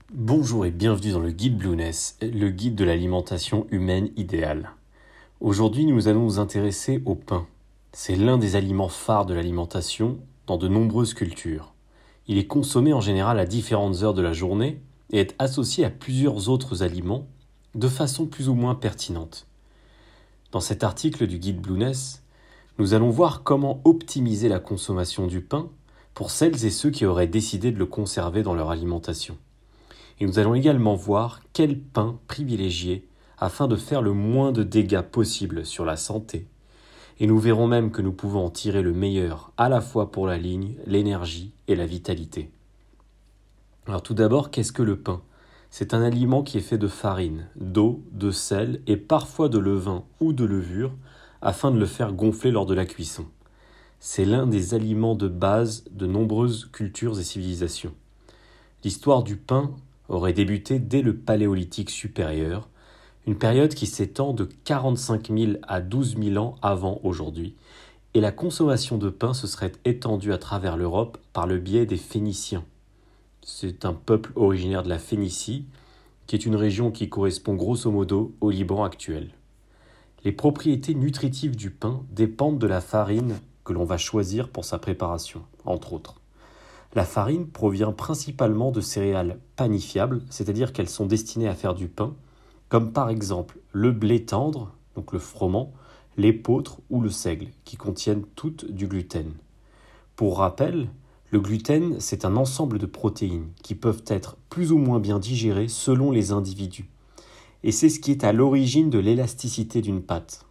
Bonjour et bienvenue dans le guide Blueness, le guide de l'alimentation humaine idéale. Aujourd'hui, nous allons nous intéresser au pain. C'est l'un des aliments phares de l'alimentation dans de nombreuses cultures. Il est consommé en général à différentes heures de la journée et est associé à plusieurs autres aliments de façon plus ou moins pertinente. Dans cet article du guide Blueness, nous allons voir comment optimiser la consommation du pain pour celles et ceux qui auraient décidé de le conserver dans leur alimentation. Et nous allons également voir quel pain privilégier afin de faire le moins de dégâts possible sur la santé. Et nous verrons même que nous pouvons en tirer le meilleur à la fois pour la ligne, l'énergie et la vitalité. Alors tout d'abord, qu'est-ce que le pain ? C'est un aliment qui est fait de farine, d'eau, de sel et parfois de levain ou de levure afin de le faire gonfler lors de la cuisson. C'est l'un des aliments de base de nombreuses cultures et civilisations. L'histoire du pain aurait débuté dès le Paléolithique supérieur, une période qui s'étend de 45 000 à 12 000 ans avant aujourd'hui, et la consommation de pain se serait étendue à travers l'Europe par le biais des Phéniciens. C'est un peuple originaire de la Phénicie, qui est une région qui correspond grosso modo au Liban actuel. Les propriétés nutritives du pain dépendent de la farine que l'on va choisir pour sa préparation, entre autres. La farine provient principalement de céréales panifiables, c'est-à-dire qu'elles sont destinées à faire du pain, comme par exemple le blé tendre, donc le froment, l'épeautre ou le seigle, qui contiennent toutes du gluten. Pour rappel, le gluten, c'est un ensemble de protéines qui peuvent être plus ou moins bien digérées selon les individus. Et c'est ce qui est à l'origine de l'élasticité d'une pâte.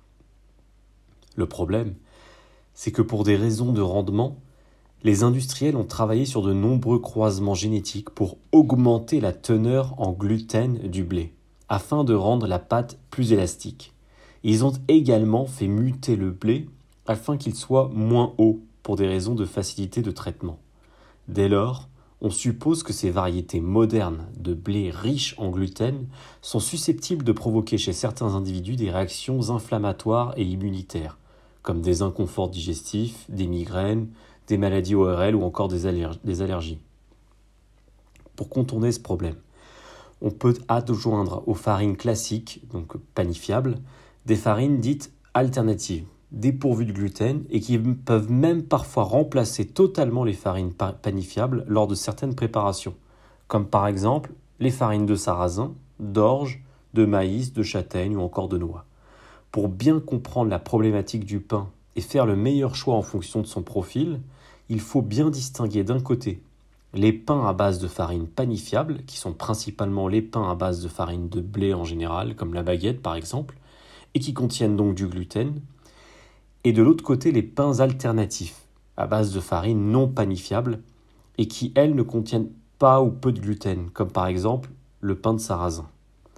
Le problème, c'est que pour des raisons de rendement, les industriels ont travaillé sur de nombreux croisements génétiques pour augmenter la teneur en gluten du blé, afin de rendre la pâte plus élastique. Ils ont également fait muter le blé afin qu'il soit moins haut pour des raisons de facilité de traitement. Dès lors, on suppose que ces variétés modernes de blé riches en gluten sont susceptibles de provoquer chez certains individus des réactions inflammatoires et immunitaires, comme des inconforts digestifs, des migraines, des maladies ORL ou encore des allergies. Pour contourner ce problème, on peut adjoindre aux farines classiques, donc panifiables, des farines dites alternatives, dépourvues de gluten et qui peuvent même parfois remplacer totalement les farines panifiables lors de certaines préparations, comme par exemple les farines de sarrasin, d'orge, de maïs, de châtaigne ou encore de noix. Pour bien comprendre la problématique du pain et faire le meilleur choix en fonction de son profil, il faut bien distinguer d'un côté les pains à base de farine panifiable, qui sont principalement les pains à base de farine de blé en général, comme la baguette par exemple, et qui contiennent donc du gluten, et de l'autre côté les pains alternatifs, à base de farine non panifiable, et qui, elles, ne contiennent pas ou peu de gluten, comme par exemple le pain de sarrasin.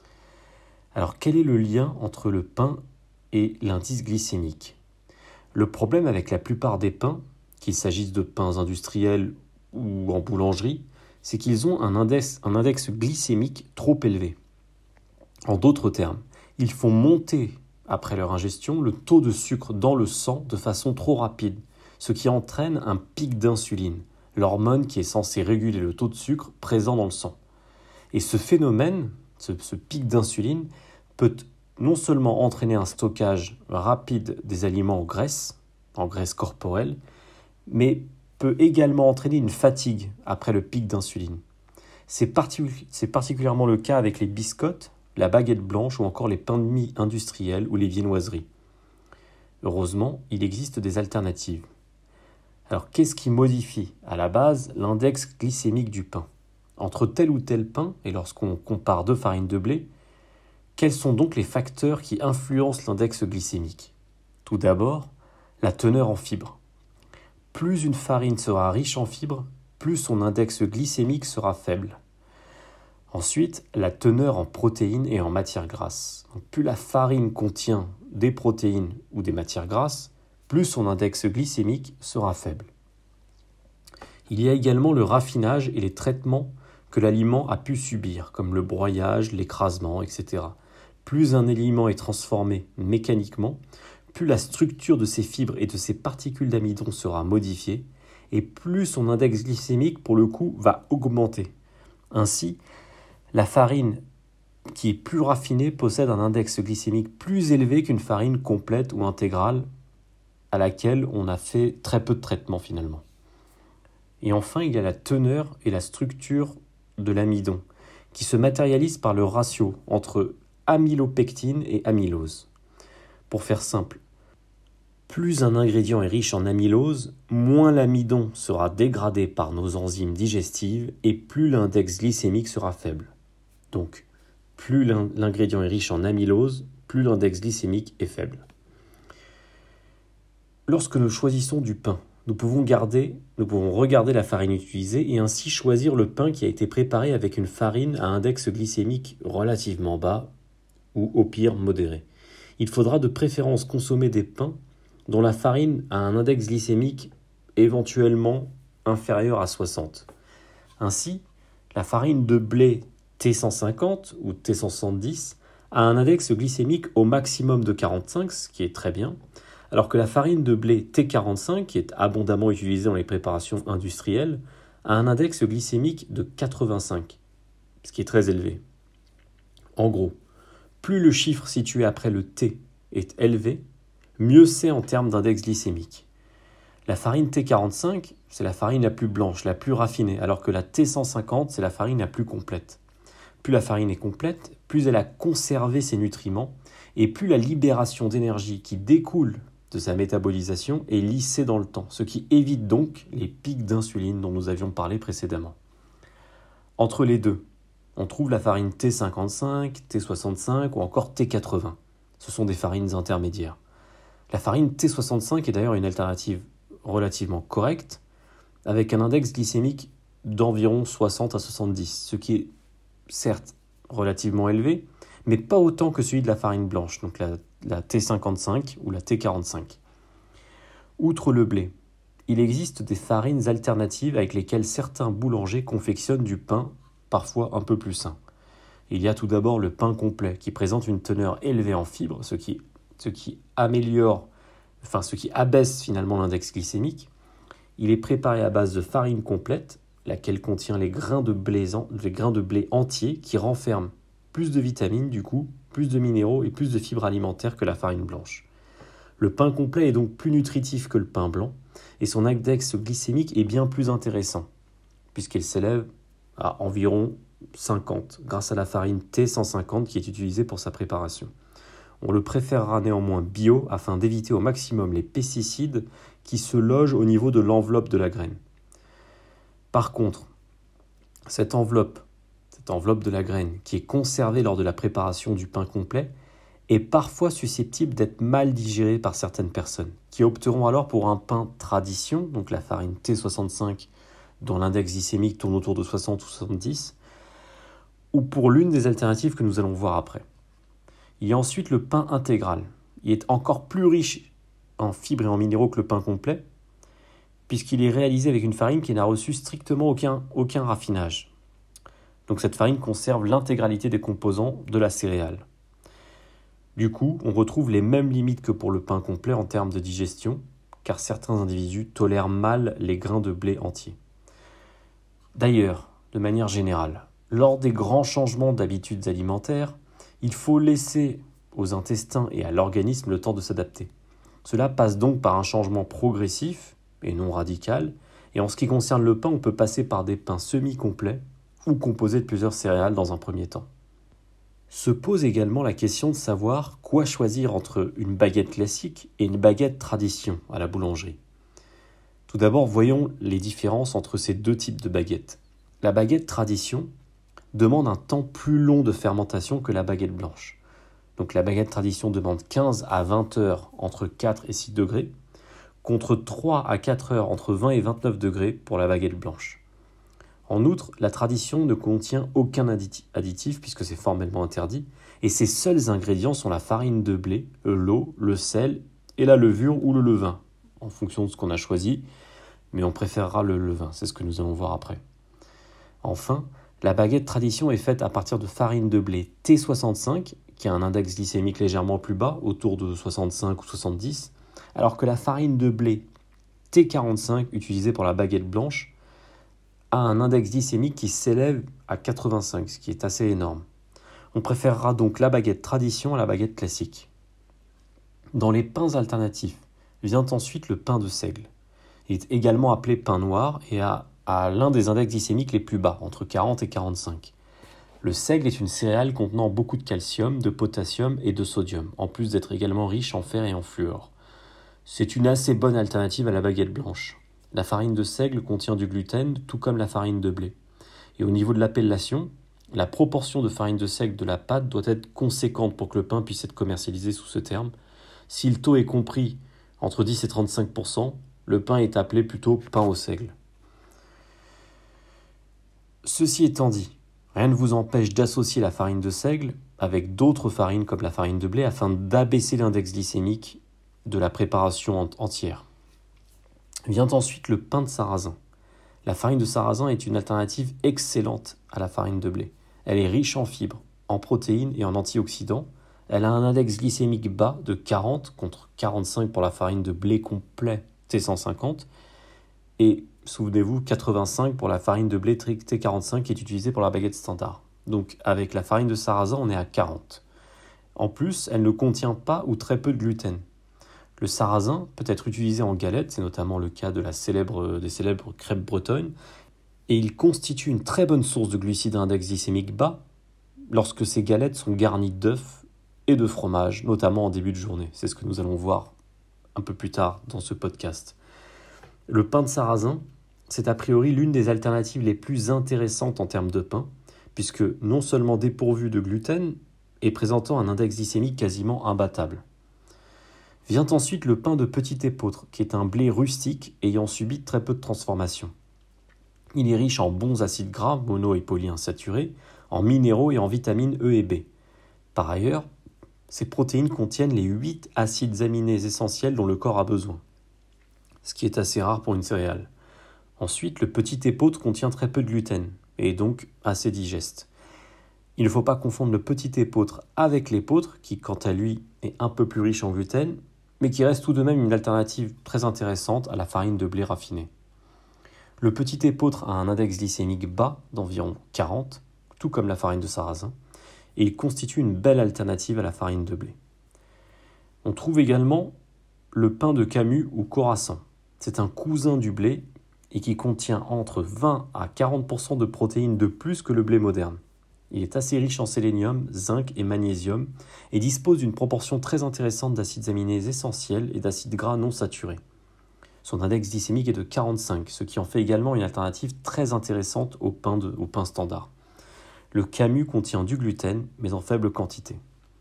Alors quel est le lien entre le pain et l'indice glycémique ? Le problème avec la plupart des pains, qu'il s'agisse de pains industriels ou en boulangerie, c'est qu'ils ont un index glycémique trop élevé. En d'autres termes, ils font monter, après leur ingestion, le taux de sucre dans le sang de façon trop rapide, ce qui entraîne un pic d'insuline, l'hormone qui est censée réguler le taux de sucre présent dans le sang. Et ce phénomène, ce pic d'insuline, peut non seulement entraîner un stockage rapide des aliments en graisse corporelle, mais peut également entraîner une fatigue après le pic d'insuline. C'est particulièrement le cas avec les biscottes, la baguette blanche ou encore les pains de mie industriels ou les viennoiseries. Heureusement, il existe des alternatives. Alors qu'est-ce qui modifie à la base l'index glycémique du pain ? Entre tel ou tel pain, et lorsqu'on compare deux farines de blé, quels sont donc les facteurs qui influencent l'index glycémique ? Tout d'abord, la teneur en fibres. Plus une farine sera riche en fibres, plus son index glycémique sera faible. Ensuite, la teneur en protéines et en matières grasses. Donc, plus la farine contient des protéines ou des matières grasses, plus son index glycémique sera faible. Il y a également le raffinage et les traitements que l'aliment a pu subir, comme le broyage, l'écrasement, etc. Plus un aliment est transformé mécaniquement, plus la structure de ses fibres et de ses particules d'amidon sera modifiée, et plus son index glycémique, pour le coup, va augmenter. Ainsi, La farine qui est plus raffinée possède un index glycémique plus élevé qu'une farine complète ou intégrale à laquelle on a fait très peu de traitement finalement. Et enfin, il y a la teneur et la structure de l'amidon, qui se matérialise par le ratio entre amylopectine et amylose. Pour faire simple, plus un ingrédient est riche en amylose, moins l'amidon sera dégradé par nos enzymes digestives et plus l'index glycémique sera faible. Donc, plus l'ingrédient est riche en amylose, plus l'index glycémique est faible. Lorsque nous choisissons du pain, nous pouvons regarder la farine utilisée et ainsi choisir le pain qui a été préparé avec une farine à index glycémique relativement bas ou au pire modéré. Il faudra de préférence consommer des pains dont la farine a un index glycémique éventuellement inférieur à 60. Ainsi, la farine de blé T150 ou T170 a un index glycémique au maximum de 45, ce qui est très bien, alors que la farine de blé T45, qui est abondamment utilisée dans les préparations industrielles, a un index glycémique de 85, ce qui est très élevé. En gros, plus le chiffre situé après le T est élevé, mieux c'est en termes d'index glycémique. La farine T45, c'est la farine la plus blanche, la plus raffinée, alors que la T150, c'est la farine la plus complète. Plus la farine est complète, plus elle a conservé ses nutriments, et plus la libération d'énergie qui découle de sa métabolisation est lissée dans le temps, ce qui évite donc les pics d'insuline dont nous avions parlé précédemment. Entre les deux, on trouve la farine T55, T65 ou encore T80. Ce sont des farines intermédiaires. La farine T65 est d'ailleurs une alternative relativement correcte, avec un index glycémique d'environ 60 à 70, ce qui est certes relativement élevé, mais pas autant que celui de la farine blanche, donc la T55 ou la T45. Outre le blé, il existe des farines alternatives avec lesquelles certains boulangers confectionnent du pain, parfois un peu plus sain. Il y a tout d'abord le pain complet, qui présente une teneur élevée en fibres, ce qui abaisse finalement l'index glycémique. Il est préparé à base de farine complète, laquelle contient les grains de blé entiers qui renferment plus de vitamines du coup, plus de minéraux et plus de fibres alimentaires que la farine blanche. Le pain complet est donc plus nutritif que le pain blanc et son index glycémique est bien plus intéressant puisqu'il s'élève à environ 50 grâce à la farine T150 qui est utilisée pour sa préparation. On le préférera néanmoins bio afin d'éviter au maximum les pesticides qui se logent au niveau de l'enveloppe de la graine. Par contre, cette enveloppe de la graine qui est conservée lors de la préparation du pain complet est parfois susceptible d'être mal digérée par certaines personnes qui opteront alors pour un pain tradition, donc la farine T65 dont l'index glycémique tourne autour de 60 ou 70, ou pour l'une des alternatives que nous allons voir après. Il y a ensuite le pain intégral. Il est encore plus riche en fibres et en minéraux que le pain complet, puisqu'il est réalisé avec une farine qui n'a reçu strictement aucun raffinage. Donc cette farine conserve l'intégralité des composants de la céréale. Du coup, on retrouve les mêmes limites que pour le pain complet en termes de digestion, car certains individus tolèrent mal les grains de blé entiers. D'ailleurs, de manière générale, lors des grands changements d'habitudes alimentaires, il faut laisser aux intestins et à l'organisme le temps de s'adapter. Cela passe donc par un changement progressif et non radical, et en ce qui concerne le pain, on peut passer par des pains semi-complets ou composés de plusieurs céréales dans un premier temps. Se pose également la question de savoir quoi choisir entre une baguette classique et une baguette tradition à la boulangerie. Tout d'abord, voyons les différences entre ces deux types de baguettes. La baguette tradition demande un temps plus long de fermentation que la baguette blanche. Donc la baguette tradition demande 15 à 20 heures entre 4 et 6 degrés, contre 3 à 4 heures entre 20 et 29 degrés pour la baguette blanche. En outre, la tradition ne contient aucun additif puisque c'est formellement interdit, et ses seuls ingrédients sont la farine de blé, l'eau, le sel et la levure ou le levain, en fonction de ce qu'on a choisi, mais on préférera le levain, c'est ce que nous allons voir après. Enfin, la baguette tradition est faite à partir de farine de blé T65, qui a un index glycémique légèrement plus bas, autour de 65 ou 70, alors que la farine de blé T45, utilisée pour la baguette blanche, a un index glycémique qui s'élève à 85, ce qui est assez énorme. On préférera donc la baguette tradition à la baguette classique. Dans les pains alternatifs vient ensuite le pain de seigle. Il est également appelé pain noir et a l'un des index glycémiques les plus bas, entre 40 et 45. Le seigle est une céréale contenant beaucoup de calcium, de potassium et de sodium, en plus d'être également riche en fer et en fluor. C'est une assez bonne alternative à la baguette blanche. La farine de seigle contient du gluten, tout comme la farine de blé. Et au niveau de l'appellation, la proportion de farine de seigle de la pâte doit être conséquente pour que le pain puisse être commercialisé sous ce terme. Si le taux est compris entre 10 et 35%, le pain est appelé plutôt pain au seigle. Ceci étant dit, rien ne vous empêche d'associer la farine de seigle avec d'autres farines comme la farine de blé afin d'abaisser l'index glycémique de la préparation entière. Vient ensuite le pain de sarrasin. La farine de sarrasin est une alternative excellente à la farine de blé. Elle est riche en fibres, en protéines et en antioxydants. Elle a un index glycémique bas de 40 contre 45 pour la farine de blé complet T150 et, souvenez-vous, 85 pour la farine de blé T45 qui est utilisée pour la baguette standard. Donc avec la farine de sarrasin, on est à 40. En plus, elle ne contient pas ou très peu de gluten. Le sarrasin peut être utilisé en galette, c'est notamment le cas des célèbres crêpes bretonnes, et il constitue une très bonne source de glucides à index glycémique bas lorsque ces galettes sont garnies d'œufs et de fromage, notamment en début de journée. C'est ce que nous allons voir un peu plus tard dans ce podcast. Le pain de sarrasin, c'est a priori l'une des alternatives les plus intéressantes en termes de pain, puisque non seulement dépourvu de gluten, et présentant un index glycémique quasiment imbattable. Vient ensuite le pain de petit épeautre, qui est un blé rustique ayant subi très peu de transformation. Il est riche en bons acides gras, mono et polyinsaturés, en minéraux et en vitamines E et B. Par ailleurs, ces protéines contiennent les 8 acides aminés essentiels dont le corps a besoin, ce qui est assez rare pour une céréale. Ensuite, le petit épeautre contient très peu de gluten, et est donc assez digeste. Il ne faut pas confondre le petit épeautre avec l'épeautre, qui quant à lui est un peu plus riche en gluten, mais qui reste tout de même une alternative très intéressante à la farine de blé raffinée. Le petit épeautre a un index glycémique bas d'environ 40, tout comme la farine de sarrasin, et il constitue une belle alternative à la farine de blé. On trouve également le pain de Camus ou Khorassan. C'est un cousin du blé et qui contient entre 20 à 40% de protéines de plus que le blé moderne. Il est assez riche en sélénium, zinc et magnésium et dispose d'une proportion très intéressante d'acides aminés essentiels et d'acides gras non saturés. Son index glycémique est de 45, ce qui en fait également une alternative très intéressante au pain standard. Le Camus contient du gluten, mais en faible quantité.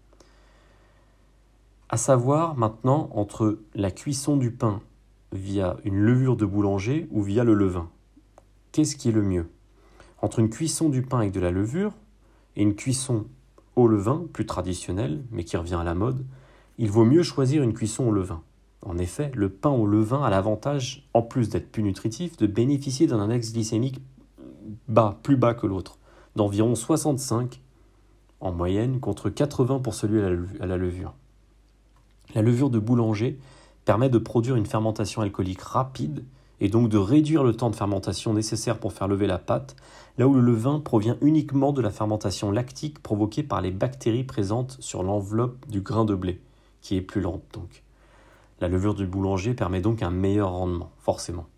À savoir maintenant entre la cuisson du pain via une levure de boulanger ou via le levain. Qu'est-ce qui est le mieux ? Entre une cuisson du pain avec de la levure et une cuisson au levain, plus traditionnelle, mais qui revient à la mode, il vaut mieux choisir une cuisson au levain. En effet, le pain au levain a l'avantage, en plus d'être plus nutritif, de bénéficier d'un index glycémique plus bas que l'autre, d'environ 65 en moyenne, contre 80 pour celui à la levure. La levure de boulanger permet de produire une fermentation alcoolique rapide et donc de réduire le temps de fermentation nécessaire pour faire lever la pâte, là où le levain provient uniquement de la fermentation lactique provoquée par les bactéries présentes sur l'enveloppe du grain de blé, qui est plus lente donc. La levure du boulanger permet donc un meilleur rendement, forcément.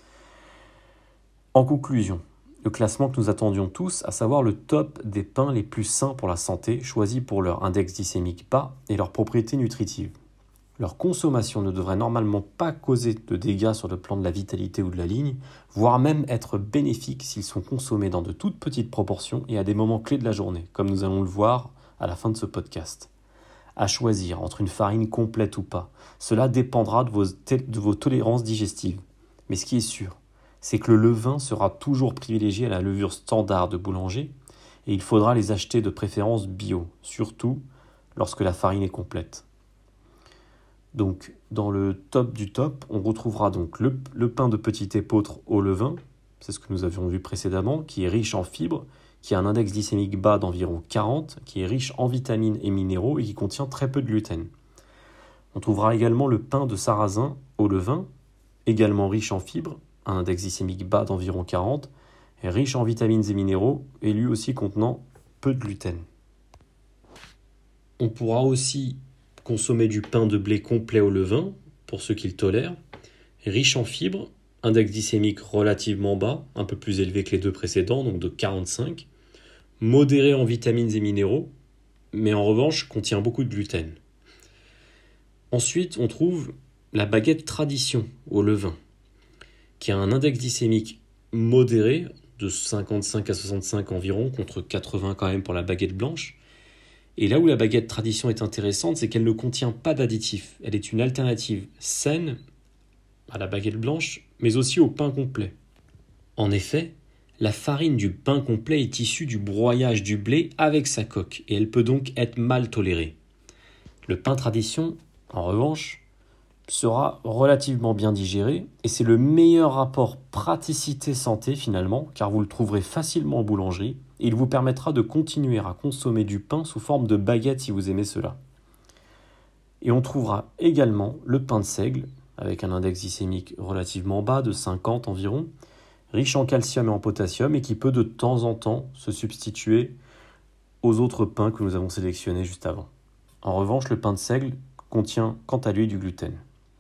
En conclusion, le classement que nous attendions tous, à savoir le top des pains les plus sains pour la santé, choisis pour leur index glycémique bas et leurs propriétés nutritives. Leur consommation ne devrait normalement pas causer de dégâts sur le plan de la vitalité ou de la ligne, voire même être bénéfiques s'ils sont consommés dans de toutes petites proportions et à des moments clés de la journée, comme nous allons le voir à la fin de ce podcast. À choisir entre une farine complète ou pas, cela dépendra de vos tolérances digestives. Mais ce qui est sûr, c'est que le levain sera toujours privilégié à la levure standard de boulanger et il faudra les acheter de préférence bio, surtout lorsque la farine est complète. Donc, dans le top du top, on retrouvera donc le pain de petit épeautre au levain, c'est ce que nous avions vu précédemment, qui est riche en fibres, qui a un index glycémique bas d'environ 40, qui est riche en vitamines et minéraux et qui contient très peu de gluten. On trouvera également le pain de sarrasin au levain, également riche en fibres, un index glycémique bas d'environ 40, est riche en vitamines et minéraux et lui aussi contenant peu de gluten. On pourra aussi consommer du pain de blé complet au levain, pour ceux qui le tolèrent, riche en fibres, index glycémique relativement bas, un peu plus élevé que les deux précédents, donc de 45, modéré en vitamines et minéraux, mais en revanche contient beaucoup de gluten. Ensuite, on trouve la baguette tradition au levain, qui a un index glycémique modéré, de 55 à 65 environ, contre 80 quand même pour la baguette blanche. Et là où la baguette tradition est intéressante, c'est qu'elle ne contient pas d'additifs. Elle est une alternative saine à la baguette blanche, mais aussi au pain complet. En effet, la farine du pain complet est issue du broyage du blé avec sa coque, et elle peut donc être mal tolérée. Le pain tradition, en revanche, sera relativement bien digéré, et c'est le meilleur rapport praticité-santé finalement, car vous le trouverez facilement en boulangerie, et il vous permettra de continuer à consommer du pain sous forme de baguette si vous aimez cela. Et on trouvera également le pain de seigle, avec un index glycémique relativement bas, de 50 environ, riche en calcium et en potassium, et qui peut de temps en temps se substituer aux autres pains que nous avons sélectionnés juste avant. En revanche, le pain de seigle contient quant à lui du gluten.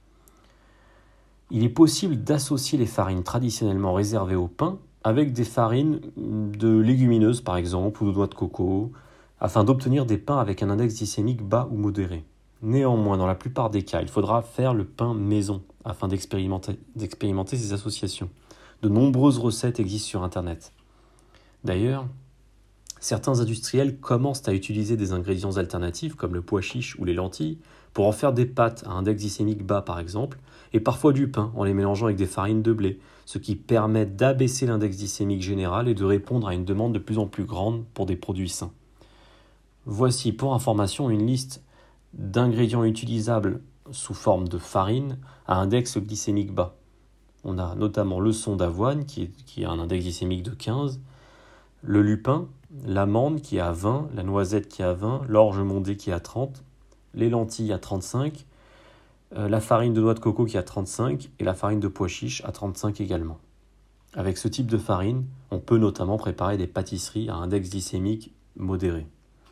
Il est possible d'associer les farines traditionnellement réservées au pain avec des farines de légumineuses par exemple ou de noix de coco, afin d'obtenir des pains avec un index glycémique bas ou modéré. Néanmoins, dans la plupart des cas, il faudra faire le pain maison afin d'expérimenter ces associations. De nombreuses recettes existent sur Internet. D'ailleurs, certains industriels commencent à utiliser des ingrédients alternatifs comme le pois chiche ou les lentilles pour en faire des pâtes à index glycémique bas par exemple, et parfois du pain en les mélangeant avec des farines de blé, ce qui permet d'abaisser l'index glycémique général et de répondre à une demande de plus en plus grande pour des produits sains. Voici pour information une liste d'ingrédients utilisables sous forme de farine à index glycémique bas. On a notamment le son d'avoine qui a un index glycémique de 15, le lupin, l'amande qui est à 20, la noisette qui est à 20, l'orge mondée qui est à 30, les lentilles à 35, la farine de noix de coco qui est à 35 et la farine de pois chiche à 35 également. Avec ce type de farine, on peut notamment préparer des pâtisseries à index glycémique modéré.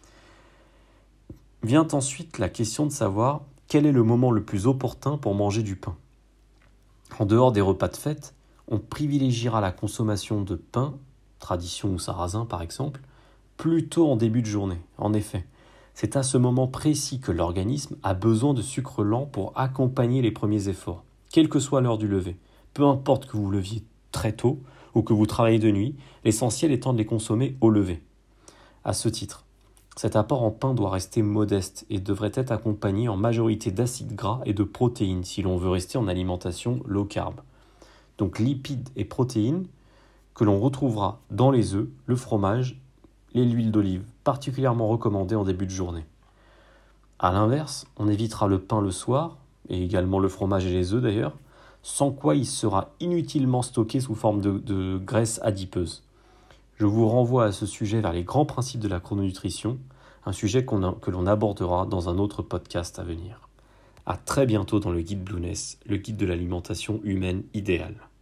Vient ensuite la question de savoir quel est le moment le plus opportun pour manger du pain. En dehors des repas de fête, on privilégiera la consommation de pain, tradition ou sarrasin par exemple, plutôt en début de journée. En effet, c'est à ce moment précis que l'organisme a besoin de sucre lent pour accompagner les premiers efforts, quelle que soit l'heure du lever. Peu importe que vous leviez très tôt ou que vous travaillez de nuit, l'essentiel étant de les consommer au lever. À ce titre, cet apport en pain doit rester modeste et devrait être accompagné en majorité d'acides gras et de protéines si l'on veut rester en alimentation low carb. Donc lipides et protéines que l'on retrouvera dans les œufs, le fromage et l'huile d'olive, particulièrement recommandées en début de journée. A l'inverse, on évitera le pain le soir, et également le fromage et les œufs d'ailleurs, sans quoi il sera inutilement stocké sous forme de graisse adipeuse. Je vous renvoie à ce sujet vers les grands principes de la chrononutrition, un sujet que l'on abordera dans un autre podcast à venir. À très bientôt dans le guide Blueness, le guide de l'alimentation humaine idéale.